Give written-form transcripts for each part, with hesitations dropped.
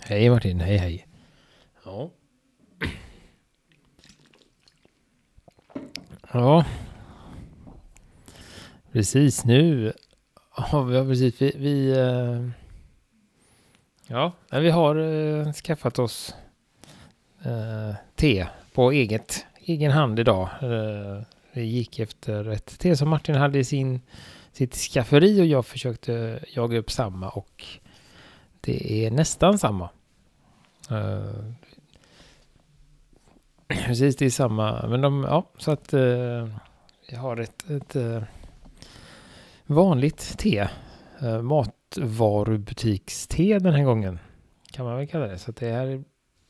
Hej Martin, hej hej. Ja. Ja, precis nu. Ja, precis. Vi har skaffat oss te på egen hand idag. Vi gick efter ett te som Martin hade i sitt skafferi och jag försökte jaga upp samma och det är nästan samma. Precis, det är samma. Men så att jag har ett vanligt te. Matvarubutikste den här gången. Kan man väl kalla det. Så att det här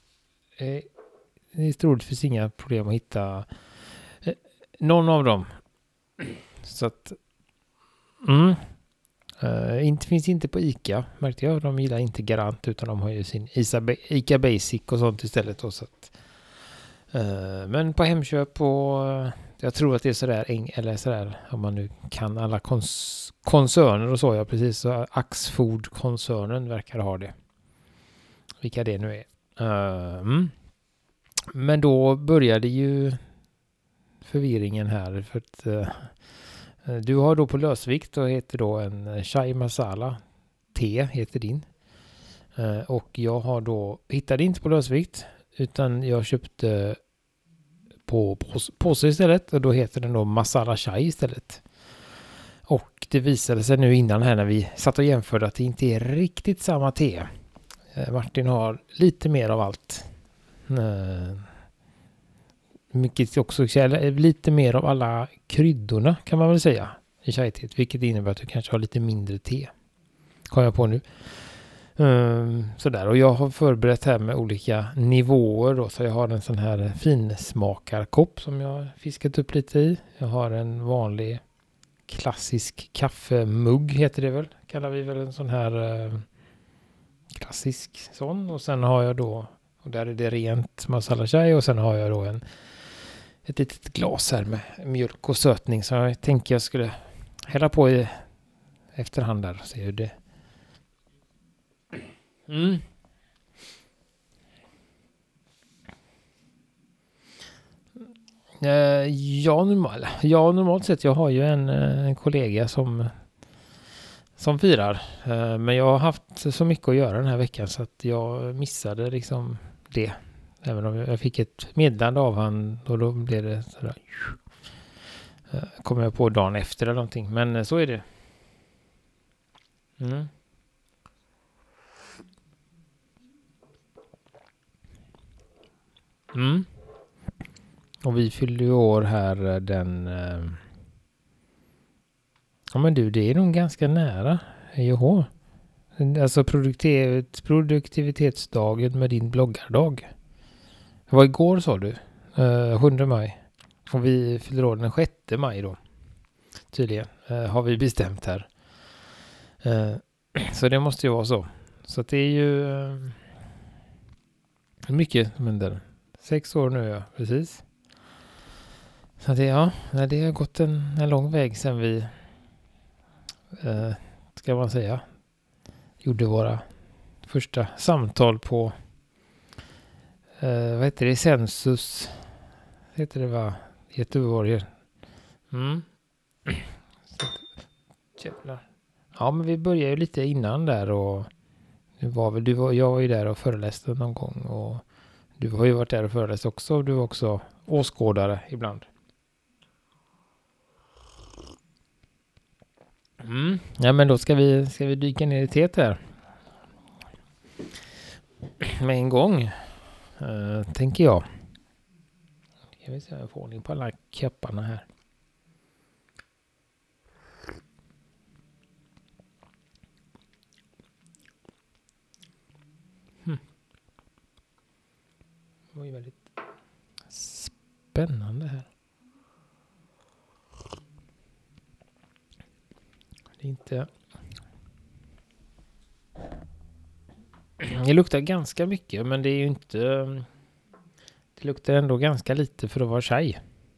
är troligtvis inga problem att hitta någon av dem. Så att inte finns inte på ICA, märkte jag. De gillar inte Garant utan de har ju sin ICA Basic och sånt istället. Då, så att, men på Hemköp och jag tror att det är sådär om man nu kan alla koncerner och så. Ja, precis. Så Axfood-koncernen verkar ha det. Vilka det nu är. Men då började ju förvirringen här. För att du har då på lösvikt och heter då en chai masala te heter din. Och jag har då hittade inte på lösvikt utan jag köpte på påse istället och då heter den då masala chai istället. Och det visade sig nu innan här när vi satt och jämförde att det inte är riktigt samma te. Martin har lite mer av allt. Mycket också lite mer av alla kryddorna kan man väl säga i chai-teet, vilket innebär att du kanske har lite mindre te. Kom jag på nu. Sådär, och jag har förberett här med olika nivåer då, så jag har en sån här finsmakarkopp som jag har fiskat upp lite i. Jag har en vanlig klassisk kaffemugg heter det väl, kallar vi väl en sån här klassisk sån, och sen har jag då, och där är det rent masala chai, och sen har jag då ett litet glas här med mjölk och sötning, så jag tänker jag skulle hälla på i efterhand där och se hur det. Normalt sett, jag har ju en kollega som firar. Men jag har haft så mycket att göra den här veckan så att jag missade liksom det. Även om jag fick ett meddelande av han och då blev det sådär. Kommer jag på dagen efter eller någonting. Men så är det. Och vi fyllde ju år här den. Ja men du, det är nog ganska nära. Joho. Alltså produktivitetsdagen med din bloggardag. Det var igår sa du. 7 maj. Och vi fyller år den 6 maj då. Tydligen. Har vi bestämt här. Så det måste ju vara så. Så att det är ju mycket som händer. 6 år nu, ja. Precis. Så det har gått en lång väg sedan vi ska man säga gjorde våra första samtal på vad heter det? Sensus heter det va? Göteborg. Ja, men vi började ju lite innan där och jag var ju där och föreläste någon gång och du har ju varit där och föreläst också och du var också åskådare ibland. Ja, men då ska vi dyka ner i teet här. Med en gång. Tänker jag. Ska vi se om jag får ordning på alla kapparna här. Det var ju väldigt spännande här. Det är inte. Det luktar ganska mycket, men det är ju inte. Det luktar ändå ganska lite för att vara chai.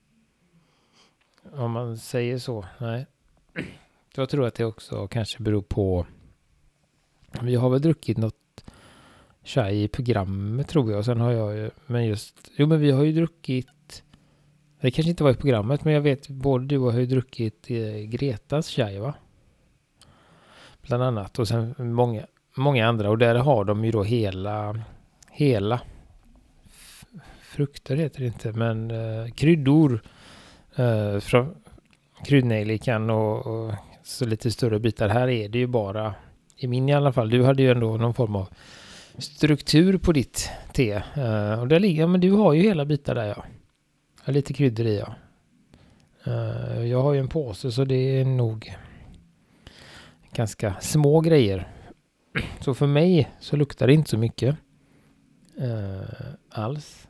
Om man säger så. Nej. Jag tror att det också kanske beror på. Vi har väl druckit något chai i programmet tror jag. Och sen har jag ju, men vi har ju druckit, det kanske inte var i programmet, men jag vet både du och jag har ju druckit Gretas chai, va? Bland annat. Och sen många andra. Och där har de ju då hela frukter heter det inte, men kryddor från kryddnejlikan och så lite större bitar. Här är det ju bara, i min i alla fall, du hade ju ändå någon form av struktur på ditt te. Och där ligger, men du har ju hela bitar där, ja. Jag har lite kryddor i, ja. Jag har ju en påse, så det är nog ganska små grejer. Så för mig så luktar det inte så mycket alls.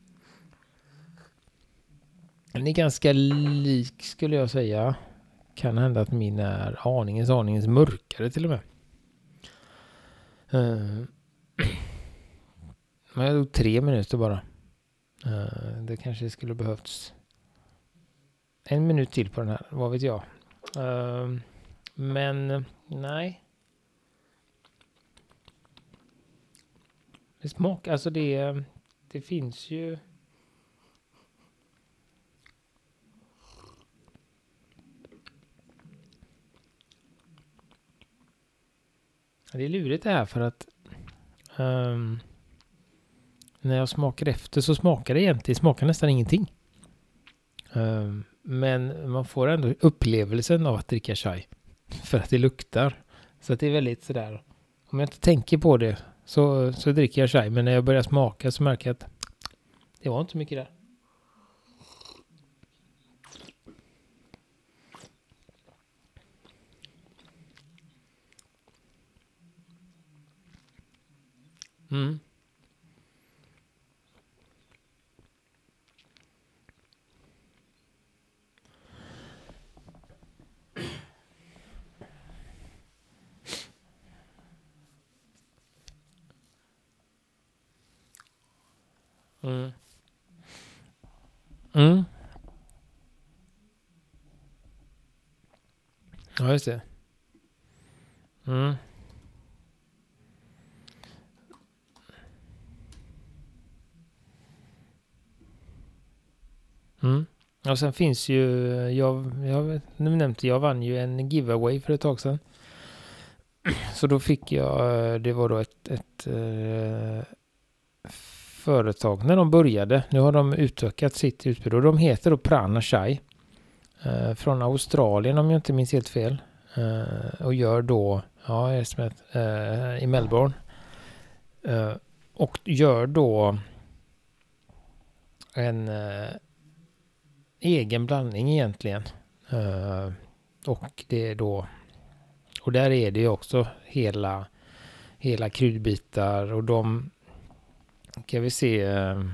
Den är ganska lik, skulle jag säga. Kan hända att min är aningens mörkare till och med. Men jag tog 3 minuter bara. Det kanske skulle behövts 1 minut till på den här, vad vet jag. Men nej. Det smakar, alltså det finns ju. Det är lurigt det här för att när jag smakar efter så smakar det egentligen, smakar nästan ingenting. Men man får ändå upplevelsen av att dricka chai för att det luktar. Så att det är väldigt sådär, om jag inte tänker på det så dricker jag chai, men när jag börjar smaka så märker jag att det var inte så mycket där. Mm. Mm. Mm. Ja, just det. Mm. Mm. Och sen finns ju, nu nämnde jag vann ju en giveaway för ett tag sedan. Så då fick jag, det var då ett företag när de började. Nu har de utökat sitt utbud och de heter då Prana Chai. Från Australien om jag inte minns helt fel. Och gör då, i Melbourne. Och gör då en egen blandning egentligen. Och det är då, och där är det ju också hela kryddbitar och de kan vi se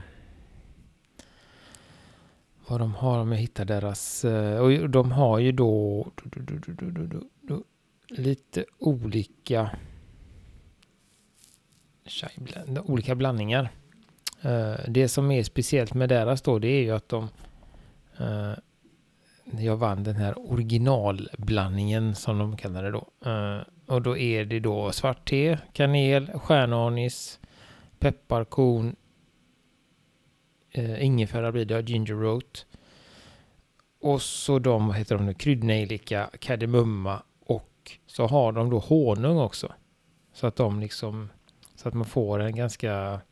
vad de har om jag hittar deras, och de har ju då lite olika blandningar. Det som är speciellt med deras då, det är ju att de jag vann den här originalblandningen som de kallar det då. Och då är det då svart te, kanel, stjärnanis, pepparkorn, ingefära blir det, ginger root. Och så vad heter de nu, kryddnejlika, kardemumma och så har de då honung också. Så att de liksom, så att man får en ganska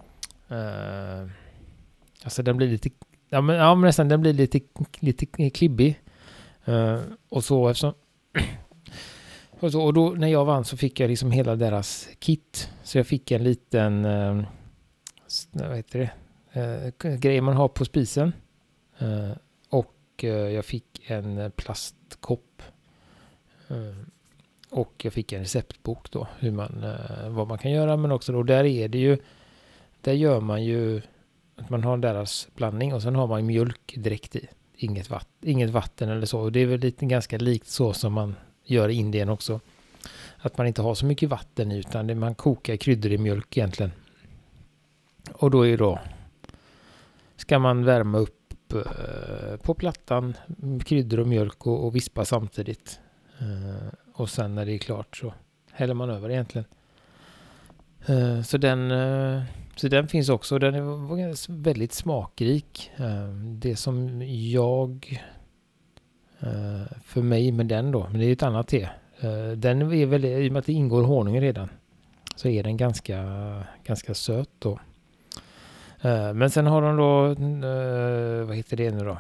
alltså den blir lite men nästan den blir lite klibbig. Och så eftersom och då när jag vann så fick jag liksom hela deras kit. Så jag fick en liten vad heter det? Grej man har på spisen. Och jag fick en plastkopp. Och jag fick en receptbok då. Hur vad man kan göra. Men också då där är det ju, där gör man ju att man har deras blandning och sen har man mjölk direkt i. Inget vatten eller så. Och det är väl lite ganska likt så som man gör i Indien också. Att man inte har så mycket vatten i utan man kokar kryddor i mjölk egentligen. Och då är ska man värma upp på plattan kryddor och mjölk och vispa samtidigt. Och sen när det är klart så häller man över egentligen. Så den finns också. Den är väldigt smakrik. Det som för mig med den då, men det är ett annat te. Den är väl, i och med att det ingår honung redan, så är den ganska söt då. Men sen har de då, vad heter det nu då?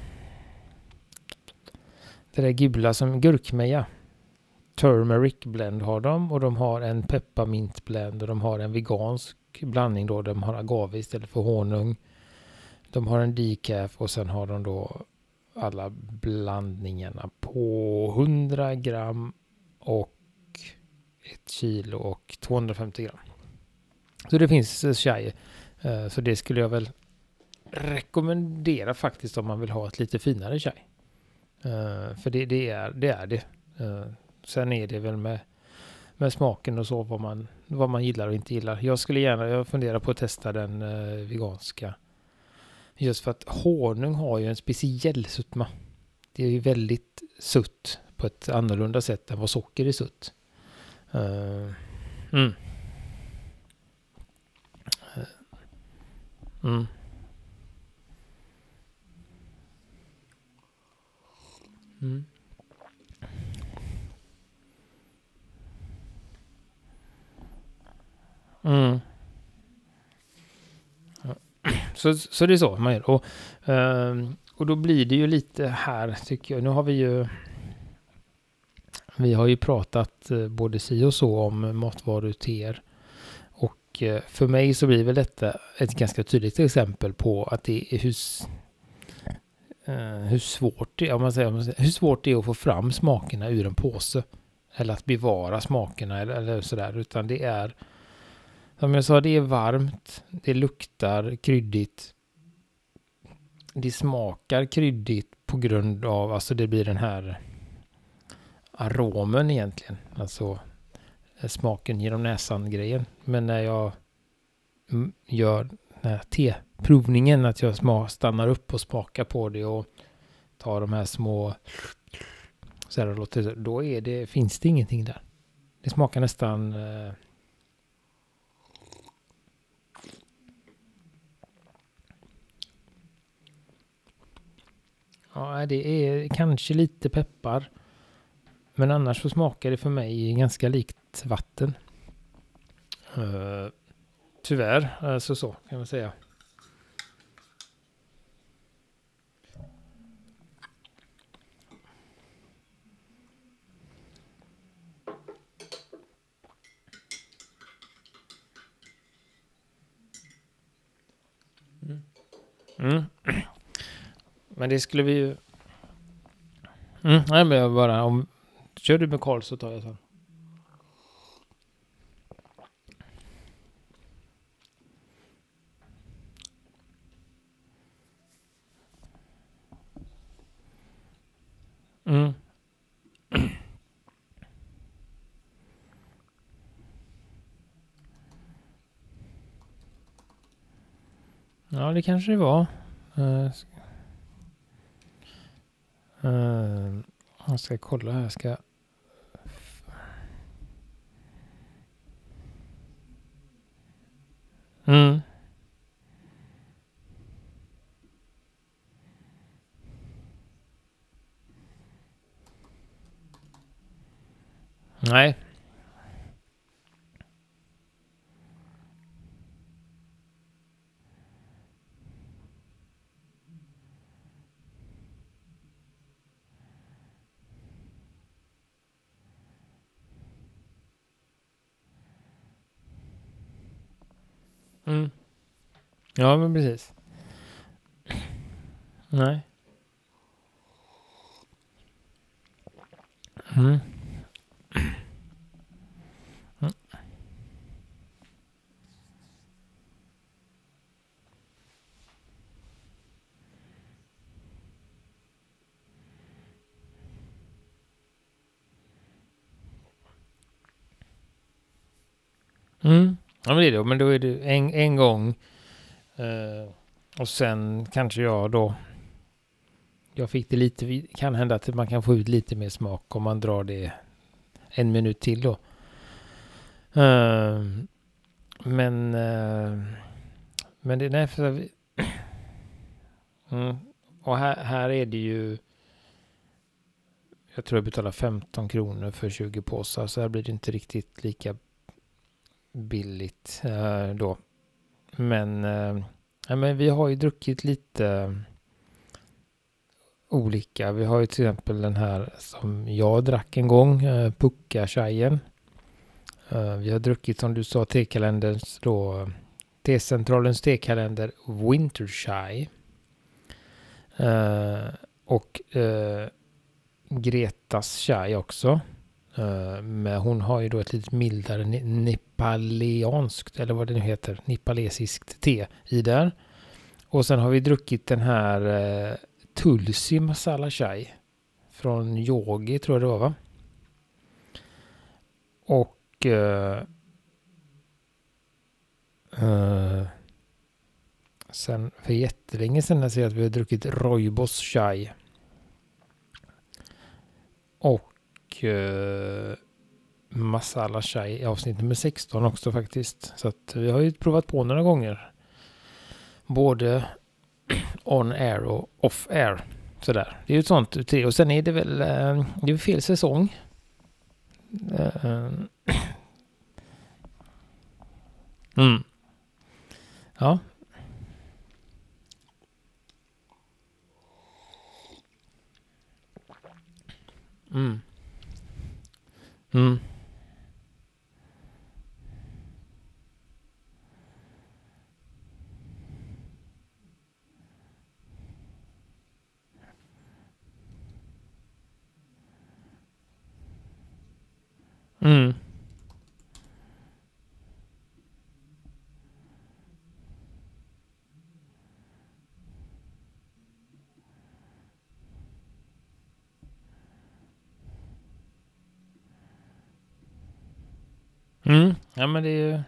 Det där gula som gurkmeja. Turmeric blend har de, och de har en pepparmint blend, och de har en vegansk blandning då. De har agave istället för honung. De har en decaf, och sen har de då alla blandningarna på 100 gram och 1 kilo och 250 gram. Så det finns chai. Så det skulle jag väl rekommendera faktiskt om man vill ha ett lite finare chai. För det är det. Sen är det väl med smaken och så vad man gillar och inte gillar. Jag funderar på att testa den veganska. Just för att honung har ju en speciell sötma. Det är ju väldigt sutt på ett annorlunda sätt än vad socker är sutt. Mm. Så det är så man gör. Och då blir det ju lite här, tycker jag. Nu har vi har ju pratat både si och så om matvaruteer. Och för mig så blir väl detta ett ganska tydligt exempel på att det är hur svårt det är, hur svårt det är att få fram smakerna ur en påse. Eller att bevara smakerna eller sådär. Utan det är, som jag sa, det är varmt, det luktar kryddigt. Det smakar kryddigt på grund av, alltså det blir den här aromen egentligen. Alltså smaken genom näsan-grejen. Men när jag gör den här teprovningen, att jag stannar upp och smakar på det och tar de här små så här, då finns det ingenting där. Det smakar nästan ja, det är kanske lite peppar. Men annars så smakar det för mig ganska likt vatten. Tyvärr, alltså så kan man säga. Men det skulle vi ju... nej, men jag bara... Kör du med Karl så tar jag sen. Ja, det kanske det var. Jag ska kolla här. Nej. Ja, men precis. Nej. Ja, men det är det. Men då är det en gång. Och sen kanske jag fick det lite, kan hända att man kan få ut lite mer smak om man drar det 1 minut till då. Men det är för och här är det ju, jag tror jag betalar 15 kronor för 20 påsar, så här blir det inte riktigt lika billigt då. Men vi har ju druckit lite olika. Vi har ju till exempel den här som jag drack en gång, Pukka-chajen. Vi har druckit, som du sa, tekalenderns då, T-centralens tekalender Winter Chai. Och Gretas chai också. Men hon har ju då ett lite mildare nepaleanskt, eller vad det nu heter, nepalesiskt te i där. Och sen har vi druckit den här Tulsi Masala Chai från Yogi, tror jag det var, va? Och sen för jättelänge sedan jag ser att vi har druckit Rooibos Chai. Och Masala Chai i avsnitt nummer 16 också faktiskt. Så att vi har ju provat på några gånger. Både on air och off air. Sådär. Det är ju ett sånt te. Och sen är det väl det är fel säsong. Ja. Mm. Ja, men det är ju...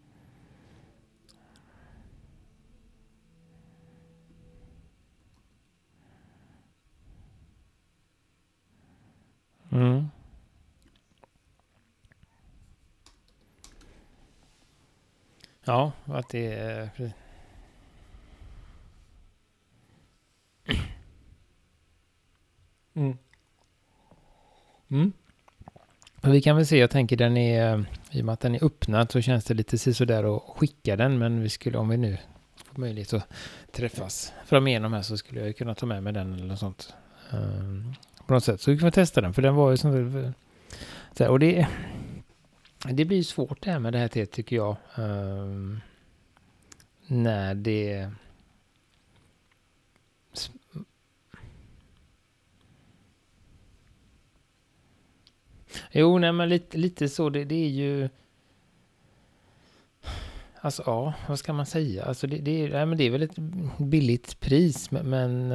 Ja, att det är... Vi kan väl se, jag tänker den är, i och med att den är öppnad så känns det lite sådär att skicka den, men vi skulle, om vi nu får möjlighet att träffas fram igenom här, så skulle jag kunna ta med mig den eller något sånt på något sätt, så vi kan testa den, för den var ju sånt där, och det blir svårt det här med det här teet, tycker jag, när det Jo, nej, men lite så. Det är ju... Alltså, ja, vad ska man säga? Alltså, men det är väl ett billigt pris, men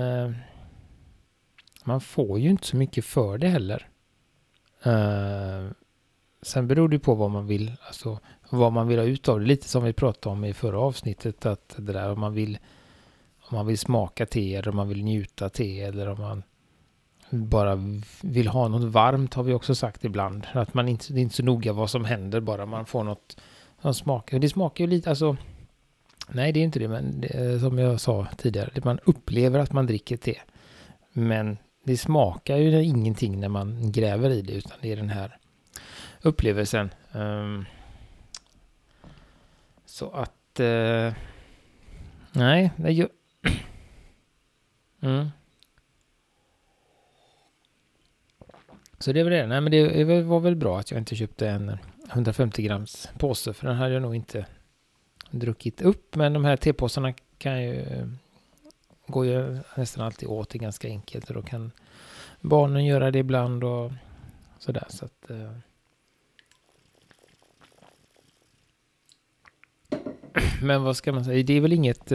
man får ju inte så mycket för det heller. Sen beror det på vad man vill, alltså vad man vill ha ut av det. Lite som vi pratade om i förra avsnittet, att det där, om man vill smaka te, eller om man vill njuta te, eller om man bara vill ha något varmt, har vi också sagt ibland. Att det är inte så noga vad som händer, bara man får något som smakar. Det smakar ju lite, alltså, nej det är inte det, men det, som jag sa tidigare, man upplever att man dricker te. Men det smakar ju ingenting när man gräver i det, utan det är den här upplevelsen. Så att nej, det gör... Så det är väl det. Nej, men det var väl bra att jag inte köpte en 150 grams påse, för den hade jag nog inte druckit upp. Men de här tepåsarna går ju nästan alltid åt, det ganska enkelt, och då kan barnen göra det ibland och sådär. Så att, men vad ska man säga? Det är väl inget...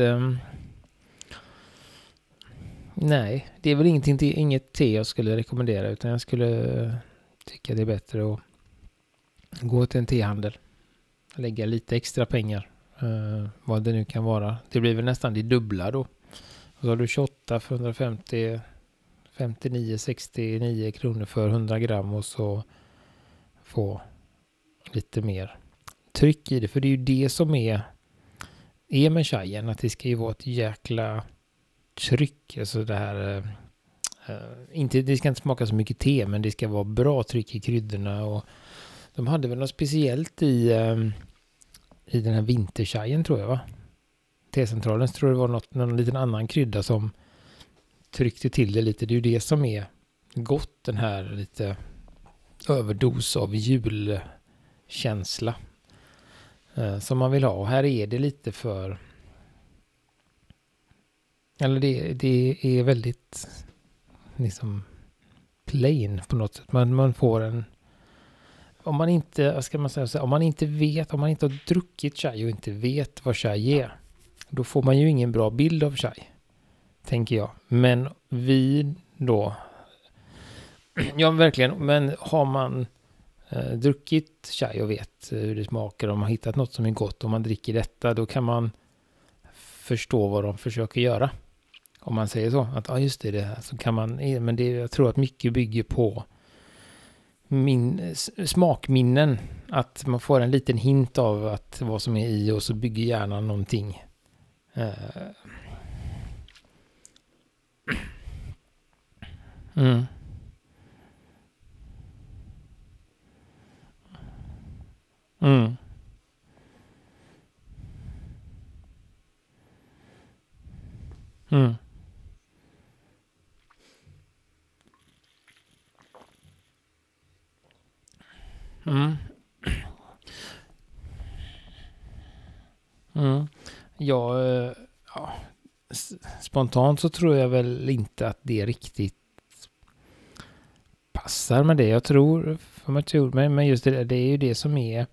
nej, det är väl inget te jag skulle rekommendera, utan jag skulle tycka det är bättre att gå till en tehandel. Lägga lite extra pengar. Vad det nu kan vara. Det blir väl nästan det dubbla då. Och så har du 28 för 150, 59, 69 kronor för 100 gram, och så få lite mer tryck i det. För det är ju det som är med chaien. Att det ska ju vara ett jäkla tryck. Alltså det här... det ska inte smaka så mycket te, men det ska vara bra tryck i kryddorna. Och de hade väl något speciellt i den här vinterchaien, tror jag, va? Tecentralen tror det var någon liten annan krydda som tryckte till det lite. Det är ju det som är gott, den här lite överdos av julkänsla som man vill ha. Och här är det lite för... Eller det är väldigt liksom plain på något sätt. Man får en... Om man inte, vad ska man säga så här, om man inte har druckit chai och inte vet vad chai är, då får man ju ingen bra bild av chai, tänker jag. Men vi då, ja verkligen, men har man druckit chai och vet hur det smakar, om man har hittat något som är gott och man dricker detta, då kan man förstå vad de försöker göra. Om man säger så, att ja just det här, så kan man, men jag tror att mycket bygger på smakminnen, att man får en liten hint av att vad som är i, och så bygger hjärnan någonting. Mm. Mm. Mm. Mm. Mm. Ja, spontant så tror jag väl inte att det riktigt passar med det. Jag tror, men just det är ju det som är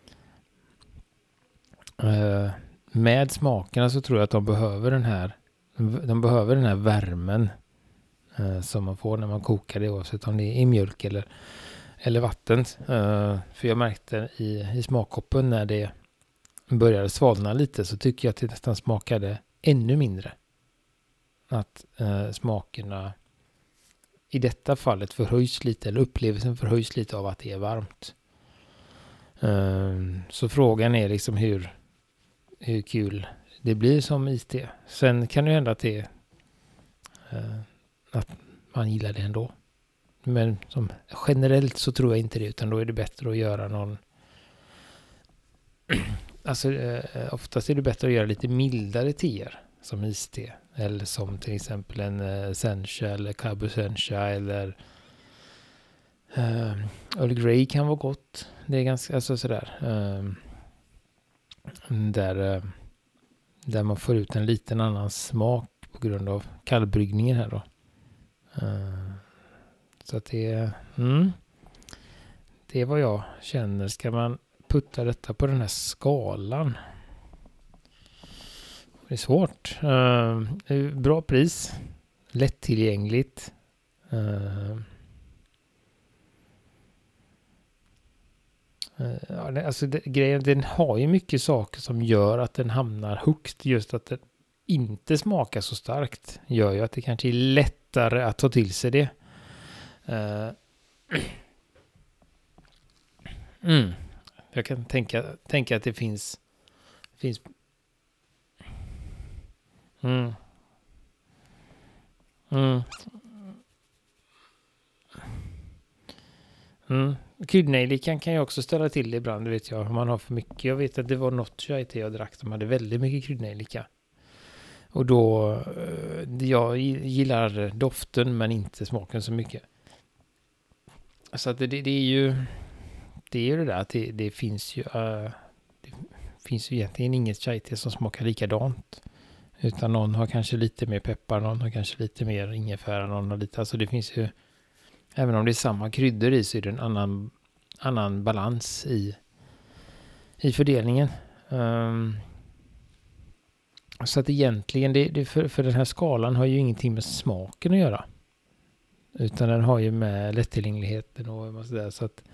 med smakerna, så tror jag att de behöver den här värmen som man får när man kokar det, oavsett om det är i mjölk eller vatten. För jag märkte i smakkoppen när det började svalna lite, så tycker jag att det nästan smakade ännu mindre. Att smakerna i detta fallet förhöjs lite, eller upplevelsen förhöjs lite av att det är varmt. Så frågan är liksom hur kul det blir som iste. Sen kan det hända att att man gillar det ändå. Men generellt så tror jag inte det, utan då är det bättre att göra någon... Alltså oftast är det bättre att göra lite mildare teer som iste. Eller som till exempel en sencha eller Cabo sencha eller Earl Grey kan vara gott. Det är ganska, alltså sådär. Där man får ut en liten annan smak på grund av kallbryggningen här då. Så att det är vad jag känner. Ska man putta detta på den här skalan? Det är svårt. Bra pris. Lättillgängligt. Grejen, den har ju mycket saker som gör att den hamnar högt. Just att den inte smakar så starkt gör ju att det kanske är lättare att ta till sig det. Jag kan tänka att det finns kryddnejlikan kan ju också ställa till det ibland, vet jag, om man har för mycket. Jag vet att det var något chai-te jag drack som hade väldigt mycket kryddnejlika. Och då, jag gillar doften men inte smaken så mycket. Så att det är ju det där att det finns ju egentligen inget chai-te som smakar likadant. Utan någon har kanske lite mer peppar, någon har kanske lite mer ingefära, någon har lite, alltså det finns ju, även om det är samma kryddor i, så är det en annan balans i fördelningen. Så att egentligen, det för den här skalan har ju ingenting med smaken att göra. Utan den har ju med lättillgängligheten och sådär. Så att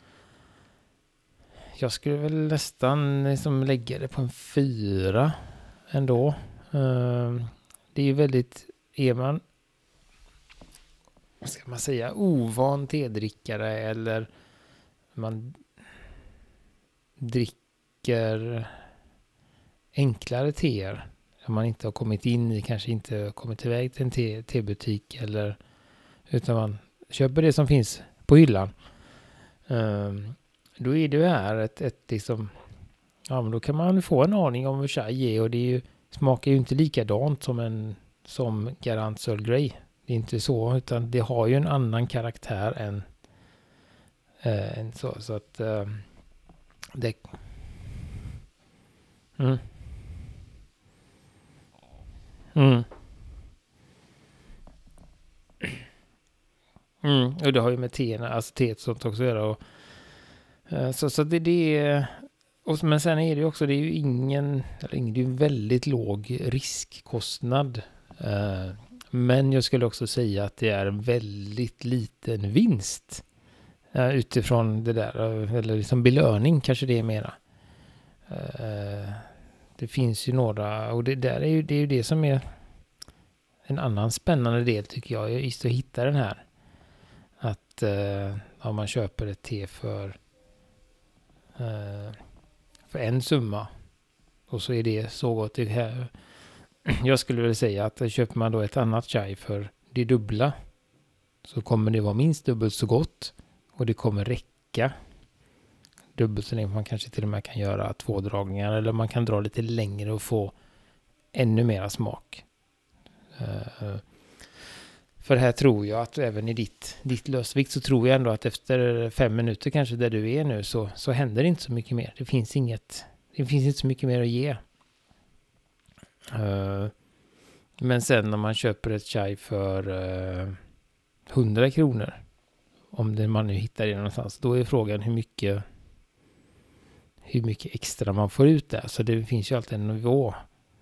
jag skulle väl nästan liksom lägga det på en 4 ändå. Det är ju väldigt, är man, vad ska man säga, ovan tedrickare, eller man dricker enklare teer, om man inte har kommit in i, kanske inte kommit iväg till en tebutik, eller utan man köper det som finns på hyllan, då är det här ett liksom, ja, men då kan man få en aning om vad chai är, och det är ju, smakar ju inte likadant som Garant Earl Grey. Det är inte så, utan det har ju en annan karaktär än så att det. Mm. Mm. Och det har ju med teerna, alltså teet och sånt också att göra. Och, så det är. Och, men sen är det ju också, det är ju det är ju en väldigt låg riskkostnad. Men jag skulle också säga att det är en väldigt liten vinst utifrån det där, eller liksom belöning kanske det är mera. Det finns ju några, och det är ju det som är en annan spännande del, tycker jag, just att hitta den här. Att om man köper ett te för en summa, och så är det så gott det här. Jag skulle väl säga att köper man då ett annat chai för det dubbla, så kommer det vara minst dubbelt så gott, och det kommer räcka dubbelt så länge. Man kanske till och med kan göra 2 dragningar, eller man kan dra lite längre och få ännu mera smak. För här tror jag att även i ditt lösvikt, så tror jag ändå att efter 5 minuter kanske där du är nu, så händer det inte så mycket mer. Det finns inte så mycket mer att ge. Men sen när man köper ett chai för 100 kronor, om man nu hittar det någonstans, då är frågan hur mycket extra man får ut där. Så det finns ju alltid en nivå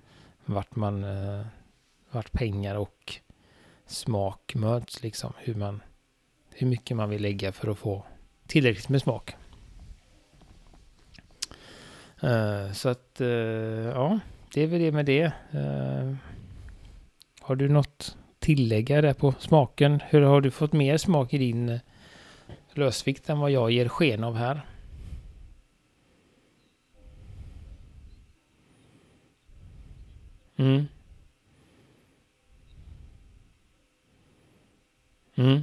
vart pengar och smak möts, liksom hur mycket man vill lägga för att få tillräckligt med smak. Så att ja, det är väl det med det. Har du något tillägga där på smaken? Hur har du fått mer smak i din lösvikt än vad jag ger sken av här? Mm. Mm.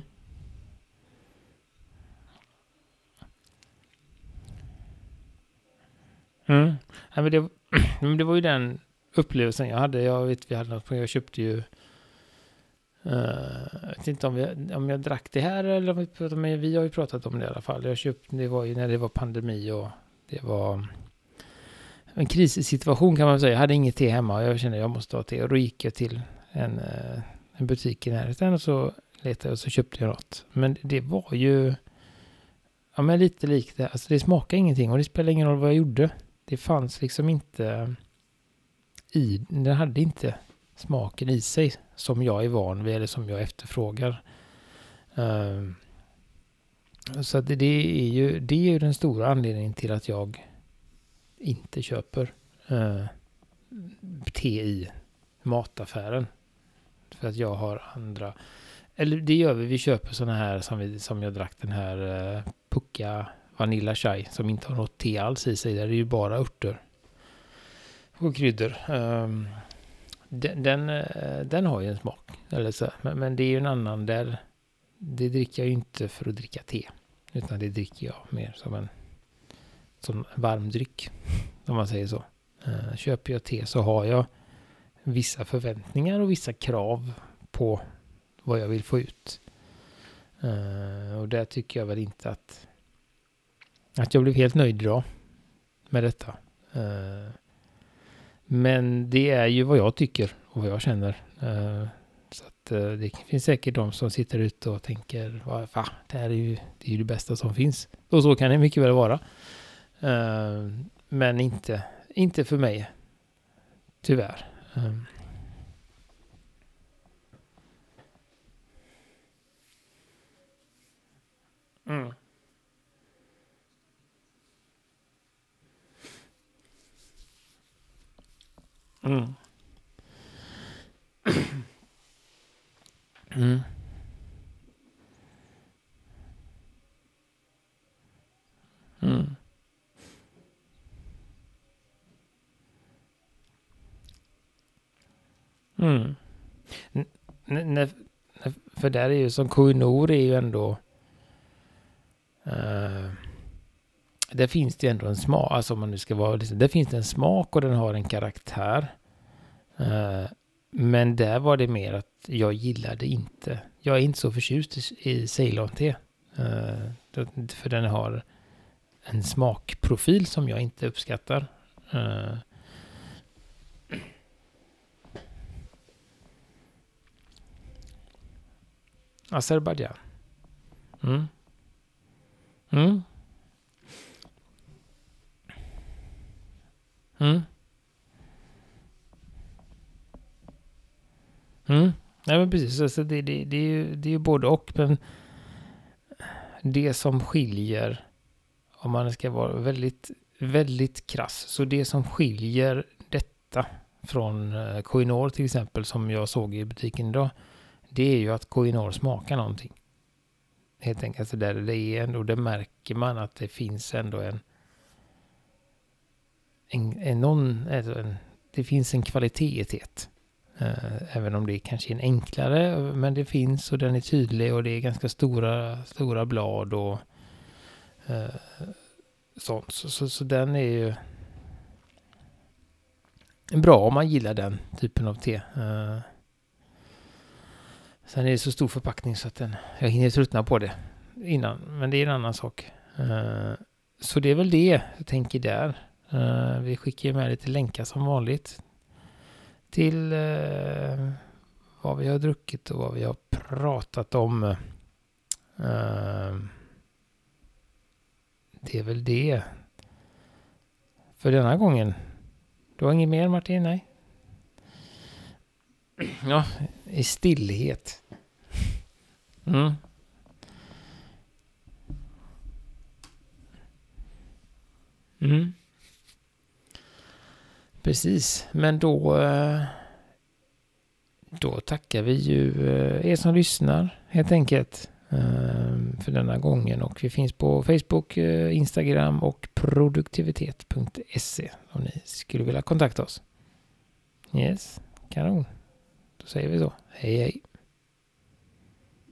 Mm. Ja, men det var ju den upplevelsen jag hade. Jag köpte ju jag vet inte om jag drack det här, eller om vi har ju pratat om det i alla fall. Jag köpte, det var ju när det var pandemi och det var en krissituation, kan man säga. Jag hade inget te hemma och jag kände att jag måste ha te, och då gick jag till en butik i närheten och så letade jag och så köpte jag något. Men det var ju lite likt det. Alltså det smakade ingenting, och det spelade ingen roll vad jag gjorde. Det fanns liksom inte det hade inte smaken i sig som jag är van vid, eller som jag efterfrågar. Så att det är ju den stora anledningen till att jag inte köper te i mataffären. För att jag har andra, eller det gör vi köper såna här som jag drack, den här Pukka Vanilla Chai, som inte har något te alls i sig. Där är ju bara örter och kryddor. Den har ju en smak, eller så, men det är ju en annan där. Det dricker jag ju inte för att dricka te, utan det dricker jag mer som varmdryck, om man säger så. Köper jag te så har jag vissa förväntningar och vissa krav på vad jag vill få ut. Och där tycker jag väl inte att jag blev helt nöjd idag med detta. Men det är ju vad jag tycker och vad jag känner. Så att det finns säkert de som sitter ute och tänker, det här det är ju det bästa som finns. Och så kan det mycket väl vara. Men inte för mig. Tyvärr. Mm. Mm. Mm. Mm. Mm. För där är ju som Kohinoor är ju ändå där finns det ändå en smak, alltså om man nu ska vara liksom, där finns det en smak och den har en karaktär. Men där var det mer att jag gillade inte. Jag är inte så förtjust i Ceylon-te. För den har en smakprofil som jag inte uppskattar. Azerbaijan. Mm. Mm. Mm. Mm. Nej men precis, alltså det är ju både och, men det som skiljer, om man ska vara väldigt, väldigt krass, så det som skiljer detta från Kohinoor till exempel, som jag såg i butiken idag, det är ju att Kohinoor smakar någonting. Helt enkelt, så där det är ändå, det märker man att det finns ändå det finns en kvalitet. Även om det kanske är en enklare, men det finns och den är tydlig och det är ganska stora blad och sånt. Så den är ju bra om man gillar den typen av te. Sen är det så stor förpackning så att jag hinner tröttna på det innan, men det är en annan sak. Så det är väl det jag tänker där. Vi skickar med lite länkar som vanligt till vad vi har druckit och vad vi har pratat om. Det är väl det för denna gången. Du har inget mer, Martin? Nej? Ja, i stillhet. Mm. Mm. Precis, men då tackar vi ju er som lyssnar helt enkelt för denna gången, och vi finns på Facebook, Instagram och produktivitet.se om ni skulle vilja kontakta oss. Yes, kanon. Då säger vi så. Hej hej.